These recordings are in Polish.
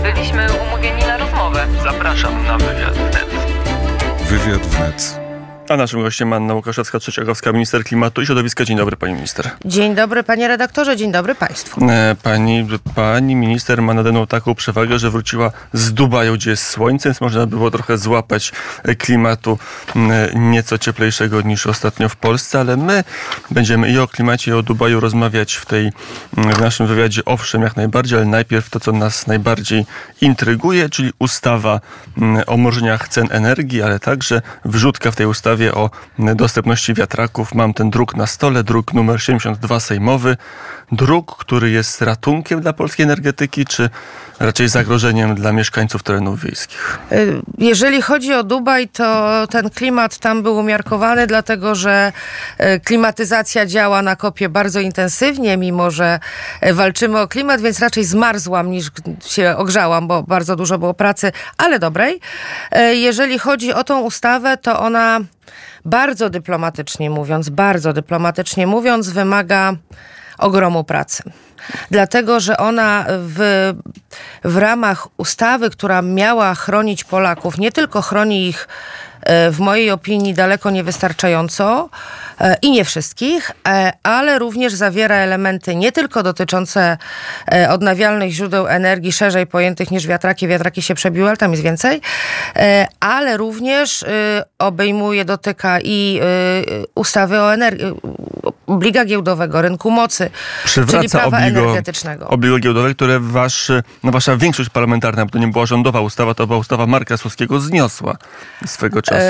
Byliśmy umówieni na rozmowę. Zapraszam na wywiad wnet. Wywiad wnet. A naszym gościem Anna Łukaszewska-Trzeciakowska, minister klimatu i środowiska. Dzień dobry, pani minister. Dzień dobry, panie redaktorze, dzień dobry państwu. Pani minister ma nade mną taką przewagę, że wróciła z Dubaju, gdzie jest słońce, więc można było trochę złapać klimatu nieco cieplejszego niż ostatnio w Polsce, ale my będziemy i o klimacie, i o Dubaju rozmawiać w naszym wywiadzie. Owszem, jak najbardziej, ale najpierw to, co nas najbardziej intryguje, czyli ustawa o mrożeniach cen energii, ale także wrzutka w tej ustawie o dostępności wiatraków. Mam ten druk na stole, druk numer 72 sejmowy. Druk, który jest ratunkiem dla polskiej energetyki, czy raczej zagrożeniem dla mieszkańców terenów wiejskich? Jeżeli chodzi o Dubaj, to ten klimat tam był umiarkowany, dlatego że klimatyzacja działa na kopie bardzo intensywnie, mimo że walczymy o klimat, więc raczej zmarzłam niż się ogrzałam, bo bardzo dużo było pracy, ale dobrej. Jeżeli chodzi o tą ustawę, to ona bardzo dyplomatycznie mówiąc, wymaga ogromu pracy. Dlatego, że ona w ramach ustawy, która miała chronić Polaków, nie tylko chroni ich w mojej opinii daleko niewystarczająco i nie wszystkich, ale również zawiera elementy nie tylko dotyczące odnawialnych źródeł energii, szerzej pojętych niż wiatraki. Wiatraki się przebiły, ale tam jest więcej, ale również dotyka i ustawy o energii, obliga giełdowego, rynku mocy, czyli prawa energetycznego. Obligo giełdowe, które wasza większość parlamentarna, bo to nie była rządowa ustawa, to była ustawa Marka Suskiego, zniosła swego czasu.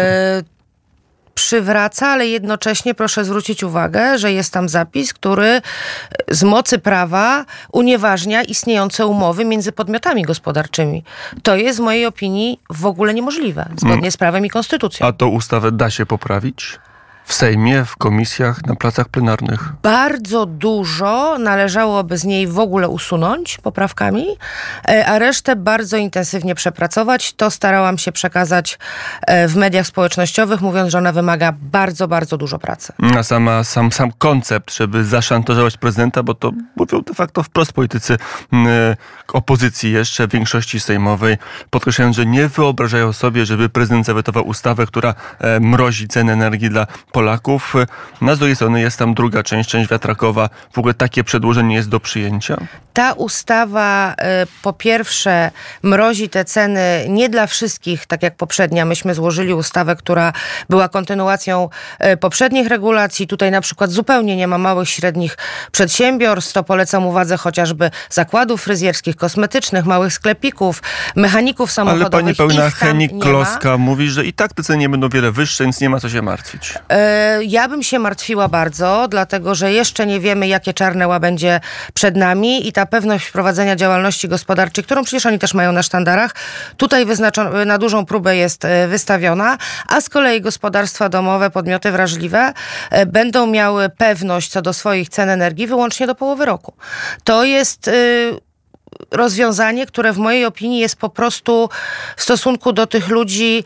Przywraca, ale jednocześnie proszę zwrócić uwagę, że jest tam zapis, który z mocy prawa unieważnia istniejące umowy między podmiotami gospodarczymi. To jest w mojej opinii w ogóle niemożliwe, zgodnie z prawem i konstytucją. A tą ustawę da się poprawić? W Sejmie, w komisjach, na pracach plenarnych? Bardzo dużo należałoby z niej w ogóle usunąć poprawkami, a resztę bardzo intensywnie przepracować. To starałam się przekazać w mediach społecznościowych, mówiąc, że ona wymaga bardzo, bardzo dużo pracy. A sam koncept, żeby zaszantażować prezydenta, bo to mówią de facto wprost politycy opozycji jeszcze, większości sejmowej, podkreślając, że nie wyobrażają sobie, żeby prezydent zawetował ustawę, która mrozi ceny energii dla Polaków. Na z drugiej strony jest tam druga część wiatrakowa. W ogóle takie przedłożenie jest do przyjęcia? Ta ustawa po pierwsze mrozi te ceny nie dla wszystkich, tak jak poprzednia. Myśmy złożyli ustawę, która była kontynuacją poprzednich regulacji. Tutaj na przykład zupełnie nie ma małych, średnich przedsiębiorstw. To polecam uwadze chociażby zakładów fryzjerskich, kosmetycznych, małych sklepików, mechaników samochodowych. Ale pani pełna Henik-Kloska mówi, że i tak te ceny nie będą wiele wyższe, więc nie ma co się martwić. Ja bym się martwiła bardzo, dlatego że jeszcze nie wiemy, jakie czarne łabędzie przed nami i ta pewność prowadzenia działalności gospodarczej, którą przecież oni też mają na sztandarach, tutaj na dużą próbę jest wystawiona, a z kolei gospodarstwa domowe, podmioty wrażliwe będą miały pewność co do swoich cen energii wyłącznie do połowy roku. To jest rozwiązanie, które w mojej opinii jest po prostu w stosunku do tych ludzi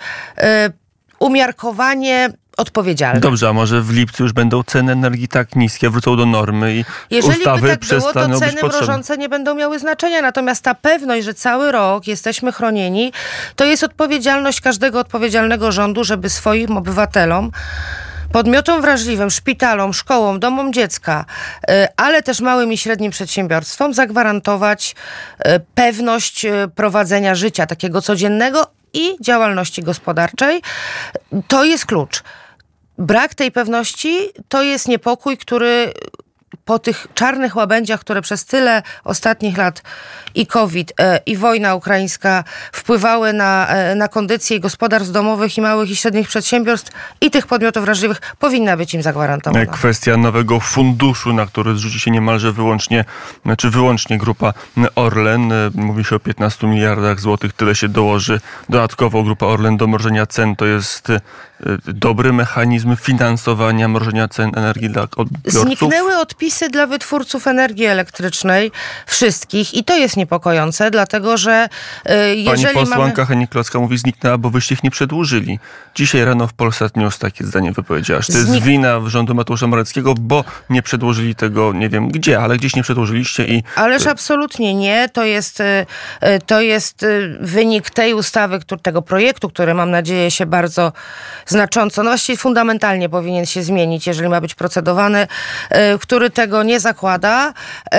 umiarkowanie odpowiedzialne. Dobrze, a może w lipcu już będą ceny energii tak niskie, wrócą do normy i jeżeli ustawy by tak przestaną było, to być ceny potrzebne. mrożące nie będą miały znaczenia. Natomiast ta pewność, że cały rok jesteśmy chronieni, to jest odpowiedzialność każdego odpowiedzialnego rządu, żeby swoim obywatelom, podmiotom wrażliwym, szpitalom, szkołom, domom dziecka, ale też małym i średnim przedsiębiorstwom zagwarantować pewność prowadzenia życia takiego codziennego i działalności gospodarczej. To jest klucz. Brak tej pewności to jest niepokój, który po tych czarnych łabędziach, które przez tyle ostatnich lat i COVID, i wojna ukraińska wpływały na kondycję gospodarstw domowych i małych i średnich przedsiębiorstw i tych podmiotów wrażliwych, powinna być im zagwarantowana. Kwestia nowego funduszu, na który zrzuci się niemalże wyłącznie grupa Orlen. Mówi się o 15 miliardach złotych. Tyle się dołoży dodatkowo grupa Orlen do mrożenia cen. To jest dobry mechanizm finansowania mrożenia cen energii dla odbiorców? Zniknęły odpisy przepisy dla wytwórców energii elektrycznej, wszystkich, i to jest niepokojące, dlatego że jeżeli Pani posłanka mamy... Hennig-Kloska mówi, zniknęła, bo wyście ich nie przedłużyli. Dzisiaj rano w Polsat News takie zdanie wypowiedziała, że to jest wina rządu Mateusza Morawieckiego, bo nie przedłużyli tego, nie wiem gdzie, ale gdzieś nie przedłużyliście i... Ależ absolutnie nie. To jest wynik tej ustawy, tego projektu, który mam nadzieję się bardzo znacząco, no właściwie fundamentalnie powinien się zmienić, jeżeli ma być procedowany, który tego nie zakłada.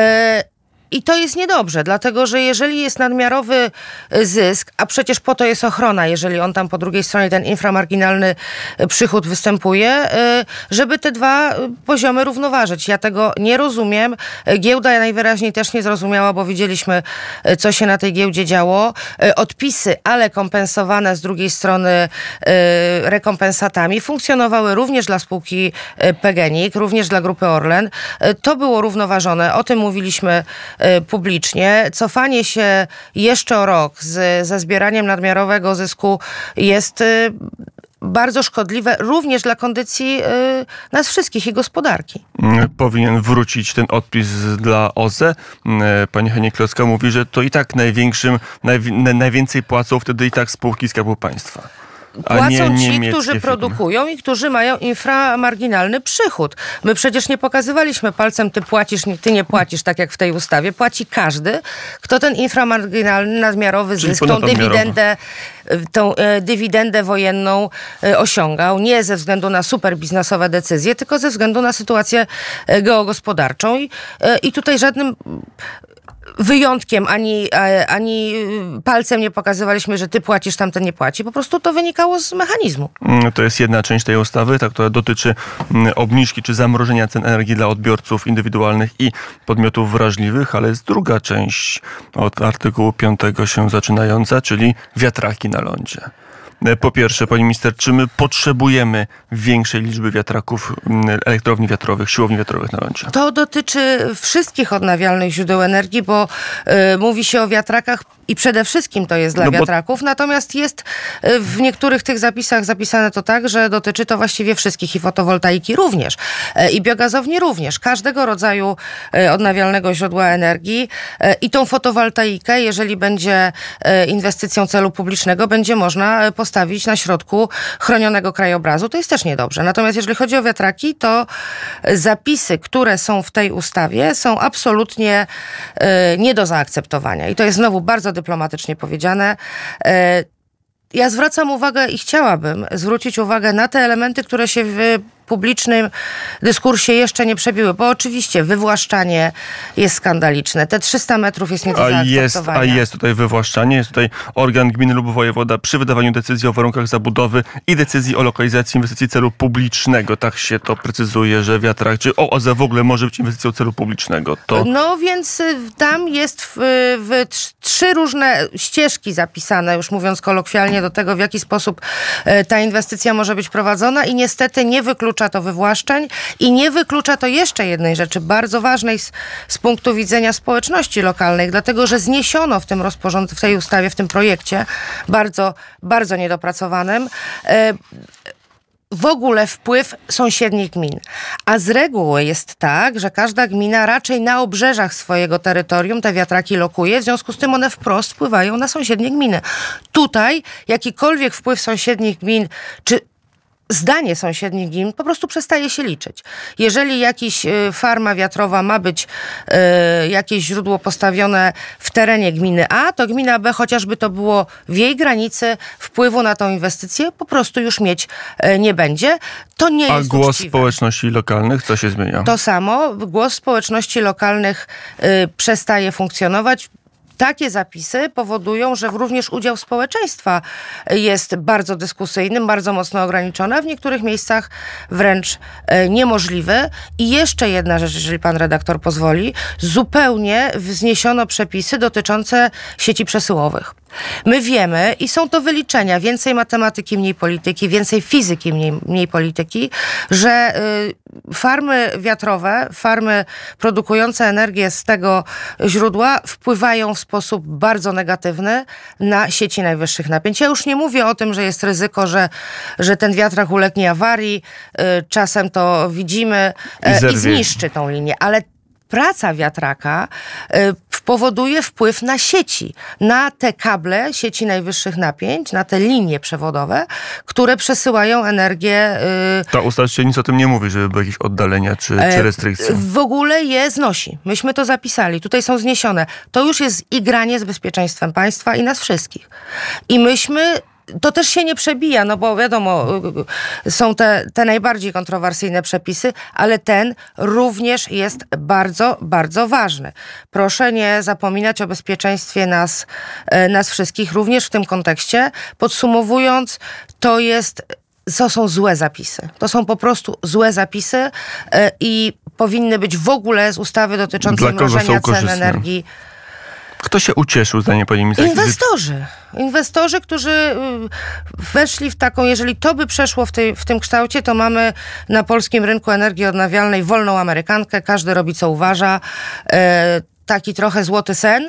I to jest niedobrze, dlatego że jeżeli jest nadmiarowy zysk, a przecież po to jest ochrona, jeżeli on tam po drugiej stronie ten inframarginalny przychód występuje, żeby te dwa poziomy równoważyć. Ja tego nie rozumiem. Giełda najwyraźniej też nie zrozumiała, bo widzieliśmy, co się na tej giełdzie działo. Odpisy, ale kompensowane z drugiej strony rekompensatami, funkcjonowały również dla spółki PGNiG, również dla Grupy Orlen. To było równoważone. O tym mówiliśmy publicznie. Cofanie się jeszcze o rok ze zbieraniem nadmiarowego zysku jest bardzo szkodliwe również dla kondycji nas wszystkich i gospodarki. Powinien wrócić ten odpis dla OZE. Pani Hennig-Kloska mówi, że to i tak najwięcej płacą wtedy i tak spółki Skarbu Państwa. Płacą ci, którzy produkują i którzy mają inframarginalny przychód. My przecież nie pokazywaliśmy palcem, ty płacisz, ty nie płacisz, tak jak w tej ustawie. Płaci każdy, kto ten inframarginalny, nadmiarowy zysk, tą dywidendę wojenną osiągał. Nie ze względu na super biznesowe decyzje, tylko ze względu na sytuację geogospodarczą. I tutaj żadnym wyjątkiem ani palcem nie pokazywaliśmy, że ty płacisz, tamten nie płaci. Po prostu to wynikało z mechanizmu. To jest jedna część tej ustawy, ta, która dotyczy obniżki czy zamrożenia cen energii dla odbiorców indywidualnych i podmiotów wrażliwych, ale jest druga część od artykułu 5 się zaczynająca, czyli wiatraki na lądzie. Po pierwsze, pani minister, czy my potrzebujemy większej liczby wiatraków, elektrowni wiatrowych, siłowni wiatrowych na lądzie? To dotyczy wszystkich odnawialnych źródeł energii, bo mówi się o wiatrakach i przede wszystkim to jest dla wiatraków, natomiast jest w niektórych tych zapisach zapisane to tak, że dotyczy to właściwie wszystkich i fotowoltaiki również, i biogazowni również, każdego rodzaju odnawialnego źródła energii i tą fotowoltaikę, jeżeli będzie inwestycją celu publicznego, będzie można postawić na środku chronionego krajobrazu. To jest też niedobrze. Natomiast jeżeli chodzi o wiatraki, to zapisy, które są w tej ustawie, są absolutnie nie do zaakceptowania. I to jest znowu bardzo dyplomatycznie powiedziane. Ja zwracam uwagę i chciałabym zwrócić uwagę na te elementy, które się w publicznym dyskursie jeszcze nie przebiły, bo oczywiście wywłaszczanie jest skandaliczne. Te 300 metrów jest nie do zaakceptowania. A jest tutaj wywłaszczanie, jest tutaj organ gminy lub wojewoda przy wydawaniu decyzji o warunkach zabudowy i decyzji o lokalizacji inwestycji celu publicznego. Tak się to precyzuje, że wiatrak, czy OZE w ogóle może być inwestycją celu publicznego. No więc tam jest trzy różne ścieżki zapisane, już mówiąc kolokwialnie, do tego, w jaki sposób ta inwestycja może być prowadzona i niestety nie wyklucza to wywłaszczeń i nie wyklucza to jeszcze jednej rzeczy, bardzo ważnej z punktu widzenia społeczności lokalnej, dlatego że zniesiono w tym w tej ustawie, w tym projekcie, bardzo, bardzo niedopracowanym, w ogóle wpływ sąsiednich gmin. A z reguły jest tak, że każda gmina raczej na obrzeżach swojego terytorium te wiatraki lokuje, w związku z tym one wprost wpływają na sąsiednie gminy. Tutaj jakikolwiek wpływ sąsiednich gmin, czy zdanie sąsiednich gmin po prostu przestaje się liczyć. Jeżeli jakaś farma wiatrowa ma być jakieś źródło postawione w terenie gminy A, to gmina B, chociażby to było w jej granicy, wpływu na tą inwestycję po prostu już mieć nie będzie. To nie jest głos uczciwe. Społeczności lokalnych, co się zmienia? To samo. Głos społeczności lokalnych przestaje funkcjonować. Takie zapisy powodują, że również udział społeczeństwa jest bardzo dyskusyjny, bardzo mocno ograniczony, a w niektórych miejscach wręcz niemożliwy. I jeszcze jedna rzecz, jeżeli pan redaktor pozwoli, zupełnie wzniesiono przepisy dotyczące sieci przesyłowych. My wiemy, i są to wyliczenia, więcej matematyki, mniej polityki, więcej fizyki, mniej polityki, że farmy wiatrowe, farmy produkujące energię z tego źródła wpływają w sposób bardzo negatywny na sieci najwyższych napięć. Ja już nie mówię o tym, że jest ryzyko, że ten wiatrak ulegnie awarii, czasem to widzimy i zniszczy tą linię, ale praca wiatraka powoduje wpływ na sieci, na te kable sieci najwyższych napięć, na te linie przewodowe, które przesyłają energię. Ta ustawa się nic o tym nie mówi, żeby były jakieś oddalenia czy restrykcje. W ogóle je znosi. Myśmy to zapisali. Tutaj są zniesione. To już jest igranie z bezpieczeństwem państwa i nas wszystkich. I myśmy... To też się nie przebija, no bo wiadomo, są te najbardziej kontrowersyjne przepisy, ale ten również jest bardzo, bardzo ważny. Proszę nie zapominać o bezpieczeństwie nas wszystkich, również w tym kontekście. Podsumowując, to są złe zapisy. To są po prostu złe zapisy i powinny być w ogóle z ustawy dotyczącej mrożenia cen energii. Kto się ucieszył, zdaniem pani minister? Inwestorzy, którzy weszli w taką, jeżeli to by przeszło w tym kształcie, to mamy na polskim rynku energii odnawialnej wolną amerykankę, każdy robi co uważa, taki trochę złoty sen.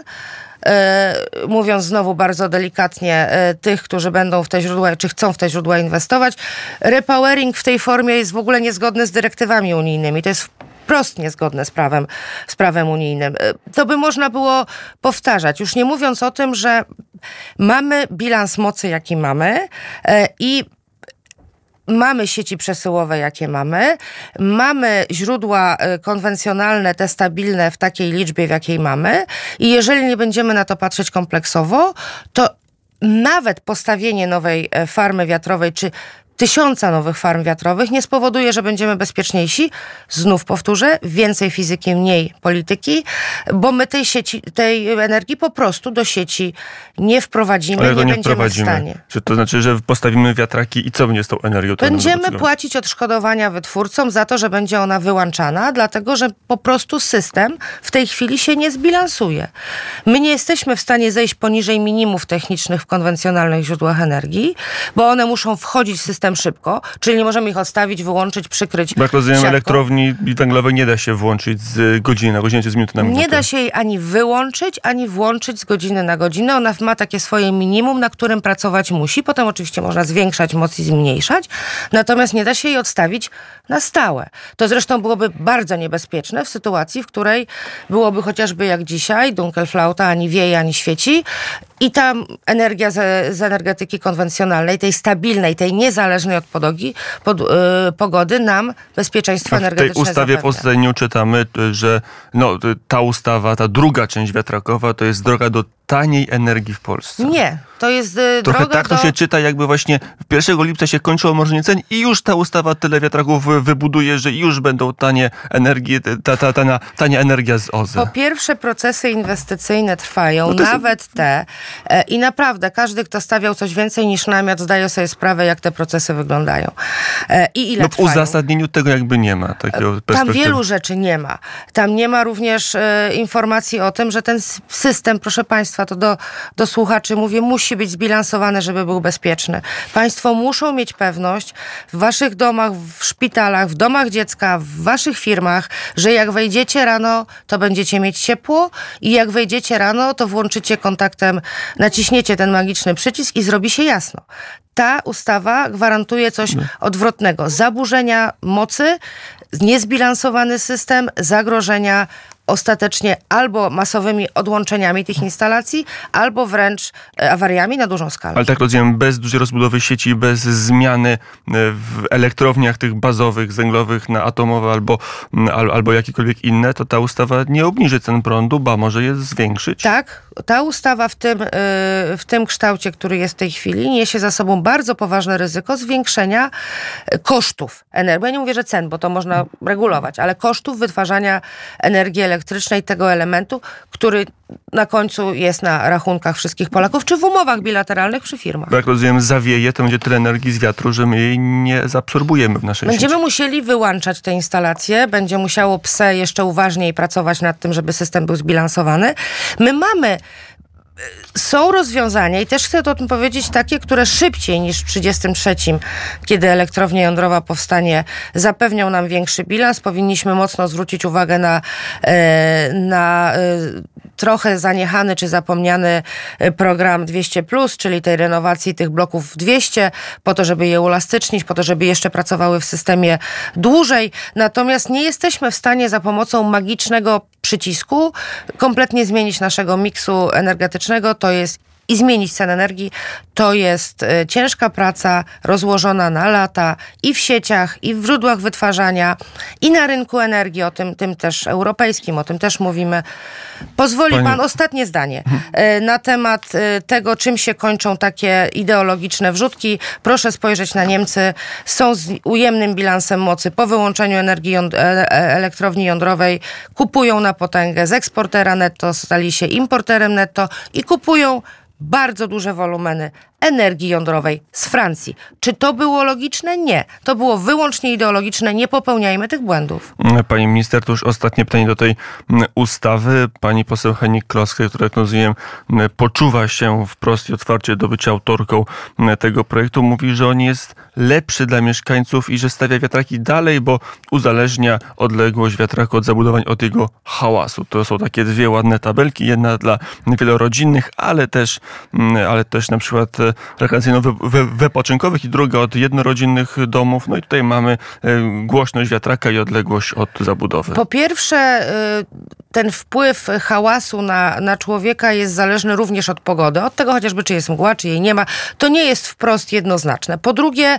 Mówiąc znowu bardzo delikatnie, tych, którzy będą w te źródła, czy chcą w te źródła inwestować. Repowering w tej formie jest w ogóle niezgodny z dyrektywami unijnymi. To jest wprost niezgodne z prawem unijnym. To by można było powtarzać. Już nie mówiąc o tym, że mamy bilans mocy, jaki mamy i mamy sieci przesyłowe, jakie mamy źródła konwencjonalne, te stabilne w takiej liczbie, w jakiej mamy i jeżeli nie będziemy na to patrzeć kompleksowo, to nawet postawienie nowej farmy wiatrowej, czy 1000 nowych farm wiatrowych nie spowoduje, że będziemy bezpieczniejsi. Znów powtórzę, więcej fizyki, mniej polityki, bo my tej energii po prostu do sieci nie wprowadzimy, ale nie będziemy w stanie. Czy to znaczy, że postawimy wiatraki i co będzie z tą energią? Będziemy płacić odszkodowania wytwórcom za to, że będzie ona wyłączana, dlatego że po prostu system w tej chwili się nie zbilansuje. My nie jesteśmy w stanie zejść poniżej minimów technicznych w konwencjonalnych źródłach energii, bo one muszą wchodzić w system szybko, czyli nie możemy ich odstawić, wyłączyć, przykryć. Bo jak rozumiem, siatką. Elektrowni węglowej nie da się włączyć z godziny na godzinę, czy z minuty na minutę. Nie da się jej ani wyłączyć, ani włączyć z godziny na godzinę. Ona ma takie swoje minimum, na którym pracować musi. Potem oczywiście można zwiększać moc i zmniejszać. Natomiast nie da się jej odstawić na stałe. To zresztą byłoby bardzo niebezpieczne w sytuacji, w której byłoby chociażby jak dzisiaj, Dunkelflauta, ani wieje, ani świeci i ta energia z energetyki konwencjonalnej, tej stabilnej, tej niezależnej od pogody nam bezpieczeństwo energetyczne w tej ustawie zapewnia. w uzasadnieniu czytamy, że ta ustawa, ta druga część wiatrakowa to jest droga do taniej energii w Polsce. Nie, to jest trochę droga tak to się czyta, jakby właśnie 1 lipca się kończyło mrożenie cen i już ta ustawa tyle wiatraków wybuduje, że już będą tanie energie, tania energia z OZE. Po pierwsze, procesy inwestycyjne trwają, nawet te i naprawdę każdy, kto stawiał coś więcej niż namiot, zdaje sobie sprawę, jak te procesy wyglądają i ile trwają. W uzasadnieniu tego jakby nie ma takiego perspektywy. Tam wielu rzeczy nie ma. Tam nie ma również informacji o tym, że ten system, proszę państwa, to do słuchaczy mówię, musi być zbilansowany, żeby był bezpieczny. Państwo muszą mieć pewność w waszych domach, w szpitalach, w domach dziecka, w waszych firmach, że jak wejdziecie rano, to będziecie mieć ciepło i jak wejdziecie rano, to włączycie kontaktem, naciśniecie ten magiczny przycisk i zrobi się jasno. Ta ustawa gwarantuje coś odwrotnego. Zaburzenia mocy, niezbilansowany system, zagrożenia ostatecznie albo masowymi odłączeniami tych instalacji, albo wręcz awariami na dużą skalę. Ale tak rozumiem, bez dużej rozbudowy sieci, bez zmiany w elektrowniach tych bazowych, węglowych na atomowe albo jakiekolwiek inne, to ta ustawa nie obniży cen prądu, ba może je zwiększyć? Tak, ta ustawa w tym kształcie, który jest w tej chwili, niesie za sobą bardzo poważne ryzyko zwiększenia kosztów energii. Ja nie mówię, że cen, bo to można regulować, ale kosztów wytwarzania energii elektrycznej, tego elementu, który na końcu jest na rachunkach wszystkich Polaków, czy w umowach bilateralnych przy firmach. Bo jak rozumiem, zawieje, to będzie tyle energii z wiatru, że my jej nie zaabsorbujemy w naszej sieci. Będziemy musieli wyłączać te instalacje, będzie musiało PSE jeszcze uważniej pracować nad tym, żeby system był zbilansowany. My mamy są rozwiązania i też chcę o tym powiedzieć, takie, które szybciej niż w 1933, kiedy elektrownia jądrowa powstanie, zapewnią nam większy bilans. Powinniśmy mocno zwrócić uwagę na trochę zaniechany czy zapomniany program 200+, czyli tej renowacji tych bloków 200, po to, żeby je uelastycznić, po to, żeby jeszcze pracowały w systemie dłużej. Natomiast nie jesteśmy w stanie za pomocą magicznego przycisku kompletnie zmienić naszego miksu energetycznego. To jest i zmienić cenę energii. To jest ciężka praca rozłożona na lata i w sieciach, i w źródłach wytwarzania, i na rynku energii, o tym też europejskim, o tym też mówimy. Pozwoli pan ostatnie zdanie na temat tego, czym się kończą takie ideologiczne wrzutki. Proszę spojrzeć na Niemcy. Są z ujemnym bilansem mocy po wyłączeniu energii elektrowni jądrowej. Kupują na potęgę z eksportera netto, stali się importerem netto i kupują bardzo duże wolumeny energii jądrowej z Francji. Czy to było logiczne? Nie. To było wyłącznie ideologiczne. Nie popełniajmy tych błędów. Pani minister, to już ostatnie pytanie do tej ustawy. Pani poseł Hennig-Kloska, która, jak rozumiem, poczuwa się wprost i otwarcie do bycia autorką tego projektu, mówi, że on jest lepszy dla mieszkańców i że stawia wiatraki dalej, bo uzależnia odległość wiatraka od zabudowań od jego hałasu. To są takie dwie ładne tabelki. Jedna dla wielorodzinnych, ale też na przykład rekreacyjno-wypoczynkowych i druga od jednorodzinnych domów. No i tutaj mamy głośność wiatraka i odległość od zabudowy. Po pierwsze, ten wpływ hałasu na człowieka jest zależny również od pogody. Od tego chociażby, czy jest mgła, czy jej nie ma. To nie jest wprost jednoznaczne. Po drugie,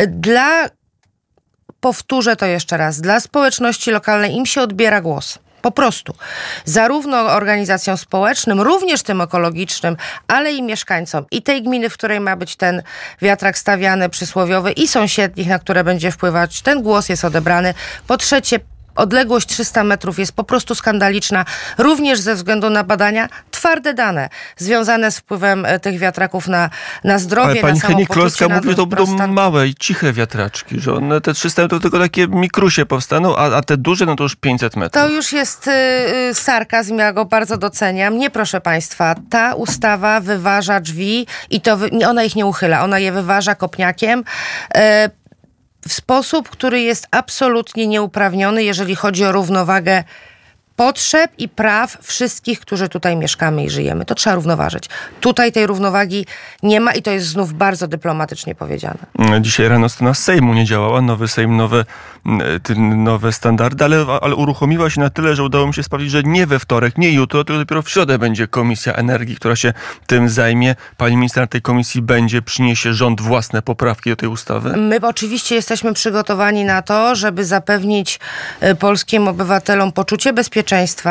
powtórzę to jeszcze raz, dla społeczności lokalnej im się odbiera głos. Po prostu. Zarówno organizacjom społecznym, również tym ekologicznym, ale i mieszkańcom i tej gminy, w której ma być ten wiatrak stawiany, przysłowiowy, i sąsiednich, na które będzie wpływać, ten głos jest odebrany. Po trzecie, odległość 300 metrów jest po prostu skandaliczna, również ze względu na badania, twarde dane związane z wpływem tych wiatraków na zdrowie, ale pani na samopoczucie. Hennig-Kloska mówi, że to będą małe i ciche wiatraczki, że one te 300 metrów tylko takie mikrusie powstaną, a te duże no to już 500 metrów. To już jest sarkazm, ja go bardzo doceniam. Nie, proszę państwa, ta ustawa wyważa drzwi i ona ich nie uchyla, ona je wyważa kopniakiem, w sposób, który jest absolutnie nieuprawniony, jeżeli chodzi o równowagę potrzeb i praw wszystkich, którzy tutaj mieszkamy i żyjemy. To trzeba równoważyć. Tutaj tej równowagi nie ma i to jest znów bardzo dyplomatycznie powiedziane. Dzisiaj rano strona Sejmu nie działała. Nowy Sejm, nowe standardy, ale uruchomiła się na tyle, że udało mi się sprawdzić, że nie we wtorek, nie jutro, tylko dopiero w środę będzie Komisja Energii, która się tym zajmie. Pani minister na tej komisji przyniesie rząd własne poprawki do tej ustawy? My oczywiście jesteśmy przygotowani na to, żeby zapewnić polskim obywatelom poczucie bezpieczeństwa,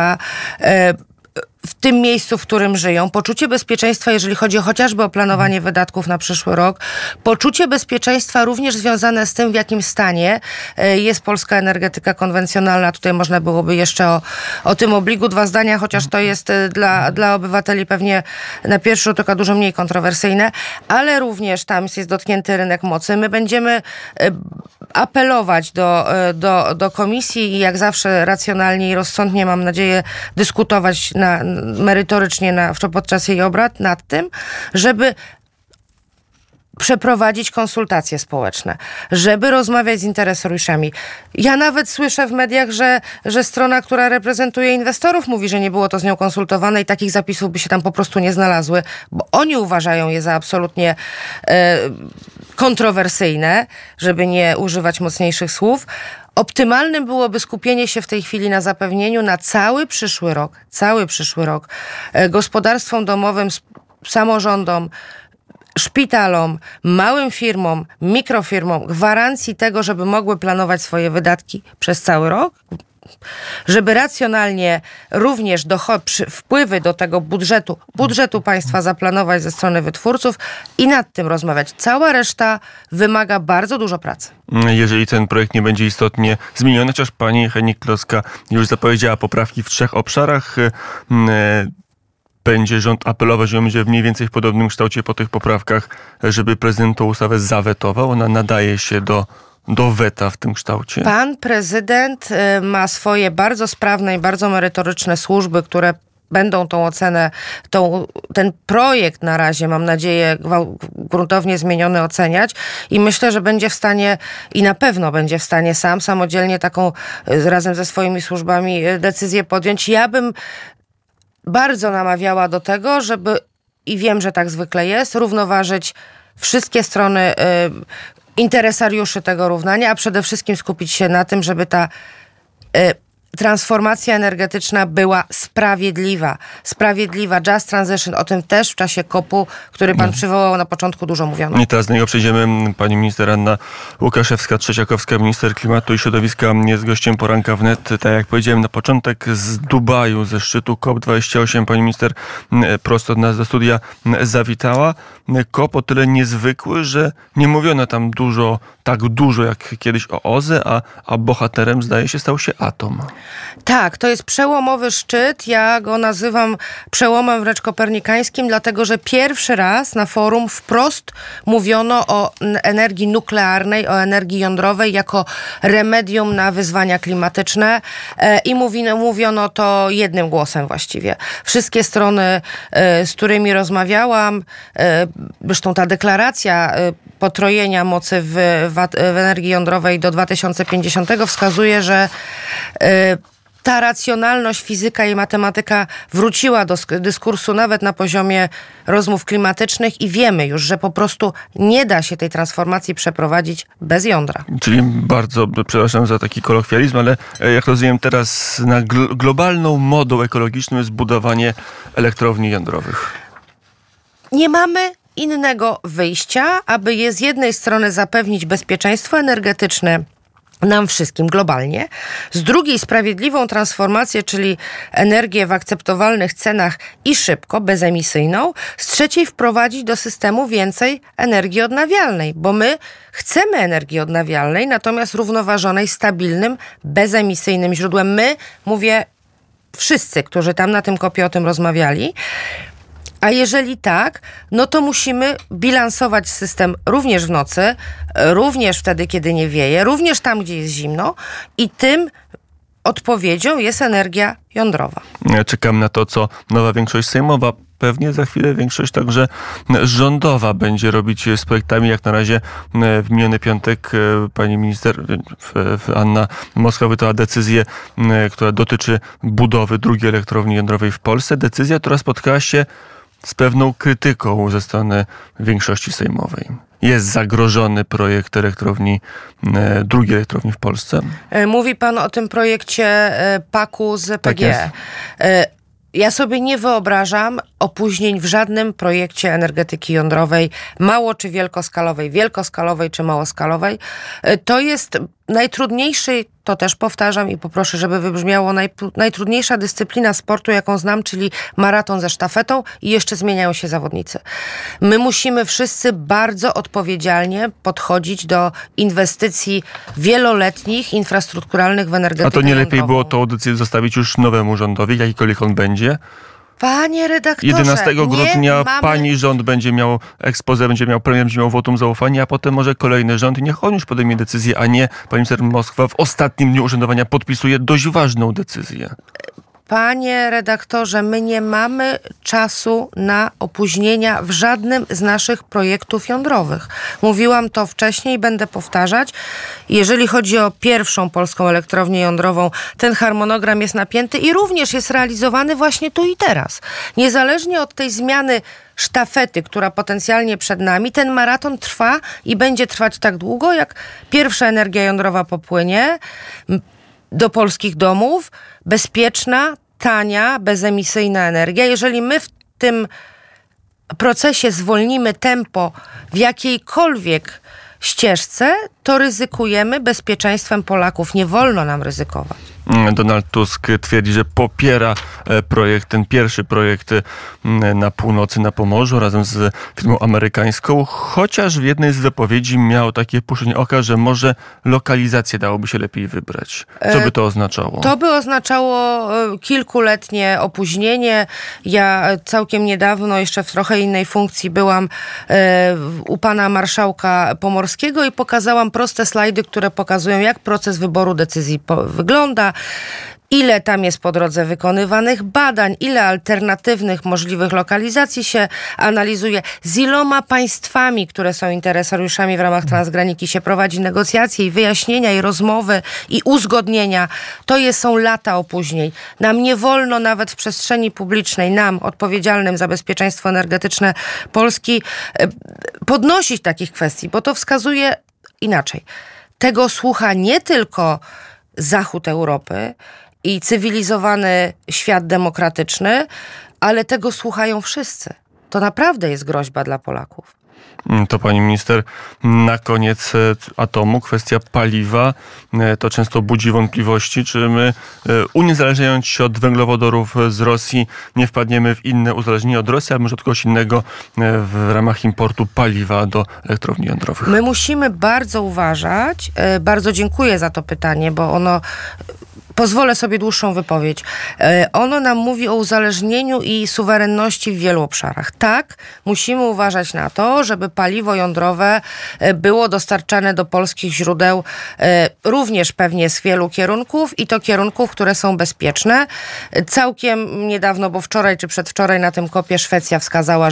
w tym miejscu, w którym żyją, poczucie bezpieczeństwa, jeżeli chodzi chociażby o planowanie wydatków na przyszły rok, poczucie bezpieczeństwa również związane z tym, w jakim stanie jest polska energetyka konwencjonalna. Tutaj można byłoby jeszcze o tym obligu 2 zdania, chociaż to jest dla obywateli pewnie na pierwszy rzut oka dużo mniej kontrowersyjne, ale również tam jest dotknięty rynek mocy. My będziemy apelować do komisji i jak zawsze racjonalnie i rozsądnie, mam nadzieję, dyskutować merytorycznie podczas jej obrad nad tym, żeby przeprowadzić konsultacje społeczne, żeby rozmawiać z interesariuszami. Ja nawet słyszę w mediach, że strona, która reprezentuje inwestorów, mówi, że nie było to z nią konsultowane i takich zapisów by się tam po prostu nie znalazły, bo oni uważają je za absolutnie kontrowersyjne, żeby nie używać mocniejszych słów. Optymalnym byłoby skupienie się w tej chwili na zapewnieniu na cały przyszły rok gospodarstwom domowym, samorządom, szpitalom, małym firmom, mikrofirmom gwarancji tego, żeby mogły planować swoje wydatki przez cały rok, żeby racjonalnie również wpływy do tego budżetu państwa zaplanować ze strony wytwórców i nad tym rozmawiać. Cała reszta wymaga bardzo dużo pracy. Jeżeli ten projekt nie będzie istotnie zmieniony, chociaż pani Hennig-Kloska już zapowiedziała poprawki w 3 obszarach, będzie rząd apelować, że będzie mniej więcej w podobnym kształcie po tych poprawkach, żeby prezydent tę ustawę zawetował. Ona nadaje się do weta w tym kształcie? Pan prezydent ma swoje bardzo sprawne i bardzo merytoryczne służby, które będą tą ocenę, ten projekt na razie, mam nadzieję, gruntownie zmieniony oceniać i myślę, że będzie w stanie i na pewno będzie w stanie samodzielnie taką razem ze swoimi służbami decyzję podjąć. Ja bym bardzo namawiała do tego, żeby, i wiem, że tak zwykle jest, równoważyć wszystkie strony interesariuszy tego równania, a przede wszystkim skupić się na tym, żeby ta transformacja energetyczna była sprawiedliwa. Sprawiedliwa. Just Transition, o tym też w czasie COP-u, który pan przywołał na początku, dużo mówiono. I teraz do niego przejdziemy. Pani minister Anna Łukaszewska-Trzeciakowska, minister klimatu i środowiska, jest gościem Poranka Wnet. Tak jak powiedziałem na początek, z Dubaju, ze szczytu COP28, pani minister prosto od nas do studia zawitała. COP o tyle niezwykły, że nie mówiono tam tak dużo jak kiedyś o OZE, a bohaterem, zdaje się, stał się atom. Tak, to jest przełomowy szczyt. Ja go nazywam przełomem wręcz kopernikańskim, dlatego że pierwszy raz na forum wprost mówiono o energii nuklearnej, o energii jądrowej jako remedium na wyzwania klimatyczne i mówiono to jednym głosem właściwie. Wszystkie strony, z którymi rozmawiałam, zresztą ta deklaracja potrojenia mocy w energii jądrowej do 2050 wskazuje, że ta racjonalność, fizyka i matematyka wróciła do dyskursu nawet na poziomie rozmów klimatycznych i wiemy już, że po prostu nie da się tej transformacji przeprowadzić bez jądra. Czyli bardzo, przepraszam za taki kolokwializm, ale jak rozumiem teraz globalną modą ekologiczną jest budowanie elektrowni jądrowych. Nie mamy innego wyjścia, aby je z jednej strony zapewnić bezpieczeństwo energetyczne nam wszystkim globalnie, z drugiej sprawiedliwą transformację, czyli energię w akceptowalnych cenach i szybko, bezemisyjną, z trzeciej wprowadzić do systemu więcej energii odnawialnej, bo my chcemy energii odnawialnej, natomiast równoważonej, stabilnym, bezemisyjnym źródłem. My, mówię wszyscy, którzy tam na tym COP-ie o tym rozmawiali. A jeżeli tak, no to musimy bilansować system również w nocy, również wtedy, kiedy nie wieje, również tam, gdzie jest zimno i tym odpowiedzią jest energia jądrowa. Czekam na to, co nowa większość sejmowa, pewnie za chwilę większość także rządowa będzie robić z projektami. Jak na razie w miniony piątek pani minister Anna Moskwa wydała decyzję, która dotyczy budowy drugiej elektrowni jądrowej w Polsce. Decyzja, która spotkała się z pewną krytyką ze strony większości sejmowej. Jest zagrożony projekt drugiej elektrowni w Polsce? Mówi pan o tym projekcie PAK-u z PGE. Tak, ja sobie nie wyobrażam opóźnień w żadnym projekcie energetyki jądrowej, mało czy wielkoskalowej czy małoskalowej. To jest najtrudniejszy, to też powtarzam i poproszę, żeby wybrzmiało, najtrudniejsza dyscyplina sportu, jaką znam, czyli maraton ze sztafetą i jeszcze zmieniają się zawodnicy. My musimy wszyscy bardzo odpowiedzialnie podchodzić do inwestycji wieloletnich, infrastrukturalnych w energetykę jądrową. A to nie lepiej było tą decyzję zostawić już nowemu rządowi, jakikolwiek on będzie? Panie redaktorze, 11 grudnia pani rząd będzie miał premier będzie miał wotum zaufania, a potem może kolejny rząd i niech on już podejmie decyzję, a nie pani minister Moskwa w ostatnim dniu urzędowania podpisuje dość ważną decyzję. Panie redaktorze, my nie mamy czasu na opóźnienia w żadnym z naszych projektów jądrowych. Mówiłam to wcześniej i będę powtarzać. Jeżeli chodzi o pierwszą polską elektrownię jądrową, ten harmonogram jest napięty i również jest realizowany właśnie tu i teraz. Niezależnie od tej zmiany sztafety, która potencjalnie przed nami, ten maraton trwa i będzie trwać tak długo, jak pierwsza energia jądrowa popłynie do polskich domów, bezpieczna, tania, bezemisyjna energia. Jeżeli my w tym procesie zwolnimy tempo w jakiejkolwiek ścieżce, to ryzykujemy bezpieczeństwem Polaków. Nie wolno nam ryzykować. Donald Tusk twierdzi, że popiera ten pierwszy projekt na północy, na Pomorzu razem z firmą amerykańską, chociaż w jednej z wypowiedzi miał takie puszczenie oka, że może lokalizację dałoby się lepiej wybrać. Co by to oznaczało? To by oznaczało kilkuletnie opóźnienie. Ja całkiem niedawno, jeszcze w trochę innej funkcji byłam u pana marszałka Pomorskiego i pokazałam proste slajdy, które pokazują, jak proces wyboru decyzji wygląda. ile tam jest po drodze wykonywanych badań, ile alternatywnych możliwych lokalizacji się analizuje, z iloma państwami, które są interesariuszami w ramach Transgraniki się prowadzi negocjacje i wyjaśnienia i rozmowy i uzgodnienia. Są lata opóźnień. Nam nie wolno nawet w przestrzeni publicznej, nam odpowiedzialnym za bezpieczeństwo energetyczne Polski podnosić takich kwestii, bo to wskazuje inaczej. Tego słucha nie tylko Zachód Europy i cywilizowany świat demokratyczny, ale tego słuchają wszyscy. To naprawdę jest groźba dla Polaków. To pani minister, na koniec atomu, kwestia paliwa, to często budzi wątpliwości, czy my, uniezależniając się od węglowodorów z Rosji, nie wpadniemy w inne uzależnienie od Rosji, albo może od kogoś innego w ramach importu paliwa do elektrowni jądrowych. My musimy bardzo uważać, bardzo dziękuję za to pytanie, bo ono... Pozwolę sobie dłuższą wypowiedź. Ono nam mówi o uzależnieniu i suwerenności w wielu obszarach. Tak, musimy uważać na to, żeby paliwo jądrowe było dostarczane do polskich źródeł również pewnie z wielu kierunków i to kierunków, które są bezpieczne. Całkiem niedawno, bo wczoraj czy przedwczoraj na tym COP-ie Szwecja wskazała,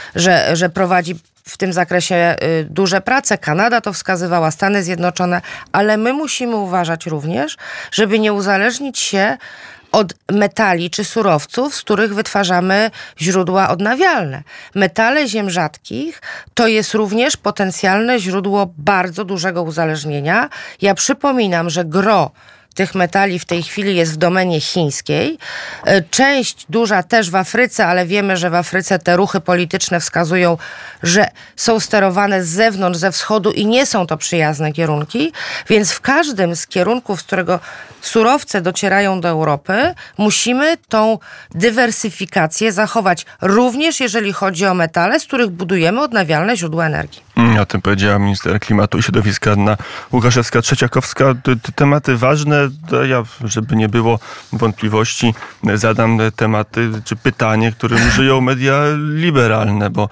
że prowadzi w tym zakresie duże prace. Kanada to wskazywała, Stany Zjednoczone, ale my musimy uważać również, żeby nie uzależnić się od metali czy surowców, z których wytwarzamy źródła odnawialne. Metale ziem rzadkich to jest również potencjalne źródło bardzo dużego uzależnienia. Ja przypominam, że gros tych metali w tej chwili jest w domenie chińskiej. Część duża też w Afryce, ale wiemy, że w Afryce te ruchy polityczne wskazują, że są sterowane z zewnątrz, ze wschodu i nie są to przyjazne kierunki. Więc w każdym z kierunków, z którego surowce docierają do Europy, musimy tą dywersyfikację zachować. Również jeżeli chodzi o metale, z których budujemy odnawialne źródła energii. O tym powiedziała minister klimatu i środowiska Anna Łukaszewska-Trzeciakowska. Tematy ważne. Ja, żeby nie było wątpliwości, zadam tematy czy pytanie, którym żyją media liberalne, bo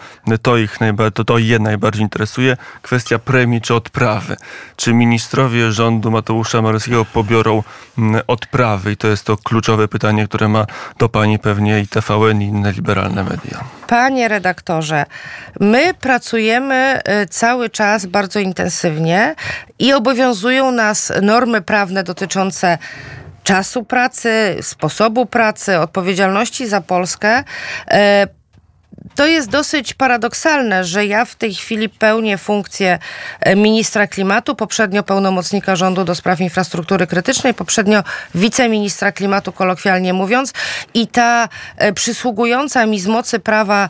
to je najbardziej interesuje. Kwestia premii czy odprawy. Czy ministrowie rządu Mateusza Morawieckiego pobiorą odprawy? I to jest to kluczowe pytanie, które ma do pani pewnie i TVN i inne liberalne media. Panie redaktorze, my pracujemy cały czas bardzo intensywnie i obowiązują nas normy prawne dotyczące czasu pracy, sposobu pracy, odpowiedzialności za Polskę. To jest dosyć paradoksalne, że ja w tej chwili pełnię funkcję ministra klimatu, poprzednio pełnomocnika rządu do spraw infrastruktury krytycznej, poprzednio wiceministra klimatu, kolokwialnie mówiąc, i ta przysługująca mi z mocy prawa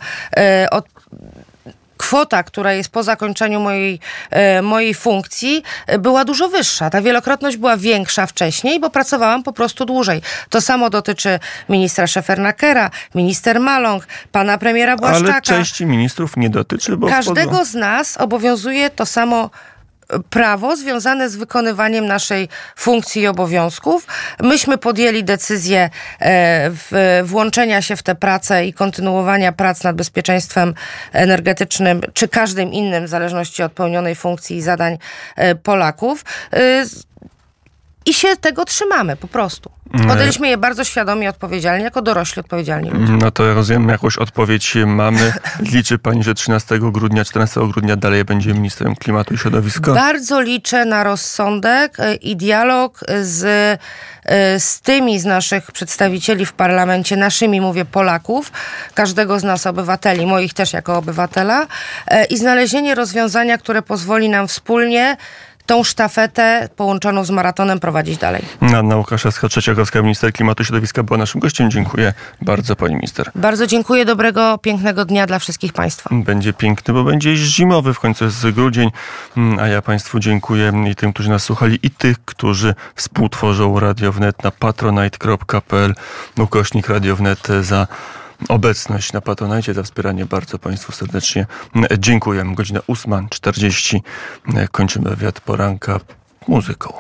kwota, która jest po zakończeniu mojej funkcji, była dużo wyższa. Ta wielokrotność była większa wcześniej, bo pracowałam po prostu dłużej. To samo dotyczy ministra Szefernakera, minister Maląg, pana premiera Błaszczaka. Ale części ministrów nie dotyczy, bo każdego z nas obowiązuje to samo prawo związane z wykonywaniem naszej funkcji i obowiązków. Myśmy podjęli decyzję włączenia się w te prace i kontynuowania prac nad bezpieczeństwem energetycznym, czy każdym innym, w zależności od pełnionej funkcji i zadań Polaków. I się tego trzymamy po prostu. Podjęliśmy je bardzo świadomie, odpowiedzialnie, jako dorośli, odpowiedzialni ludzie. No to ja rozumiem, jakąś odpowiedź mamy. Liczy pani, że 14 grudnia dalej będzie ministrem klimatu i środowiska? Bardzo liczę na rozsądek i dialog z tymi z naszych przedstawicieli w parlamencie, naszymi, mówię, Polaków, każdego z nas obywateli, moich też jako obywatela, i znalezienie rozwiązania, które pozwoli nam wspólnie tą sztafetę połączoną z maratonem prowadzić dalej. Anna Łukaszewska-Trzeciakowska, minister klimatu i środowiska, była naszym gościem. Dziękuję bardzo, pani minister. Bardzo dziękuję. Dobrego, pięknego dnia dla wszystkich państwa. Będzie piękny, bo będzie zimowy, w końcu jest grudzień. A ja państwu dziękuję i tym, którzy nas słuchali, i tych, którzy współtworzą Radio Wnet na patronite.pl/Radio Wnet za obecność na Patronite, za wspieranie. Bardzo państwu serdecznie dziękuję. Godzina 8:40. Kończymy wywiad poranka muzyką.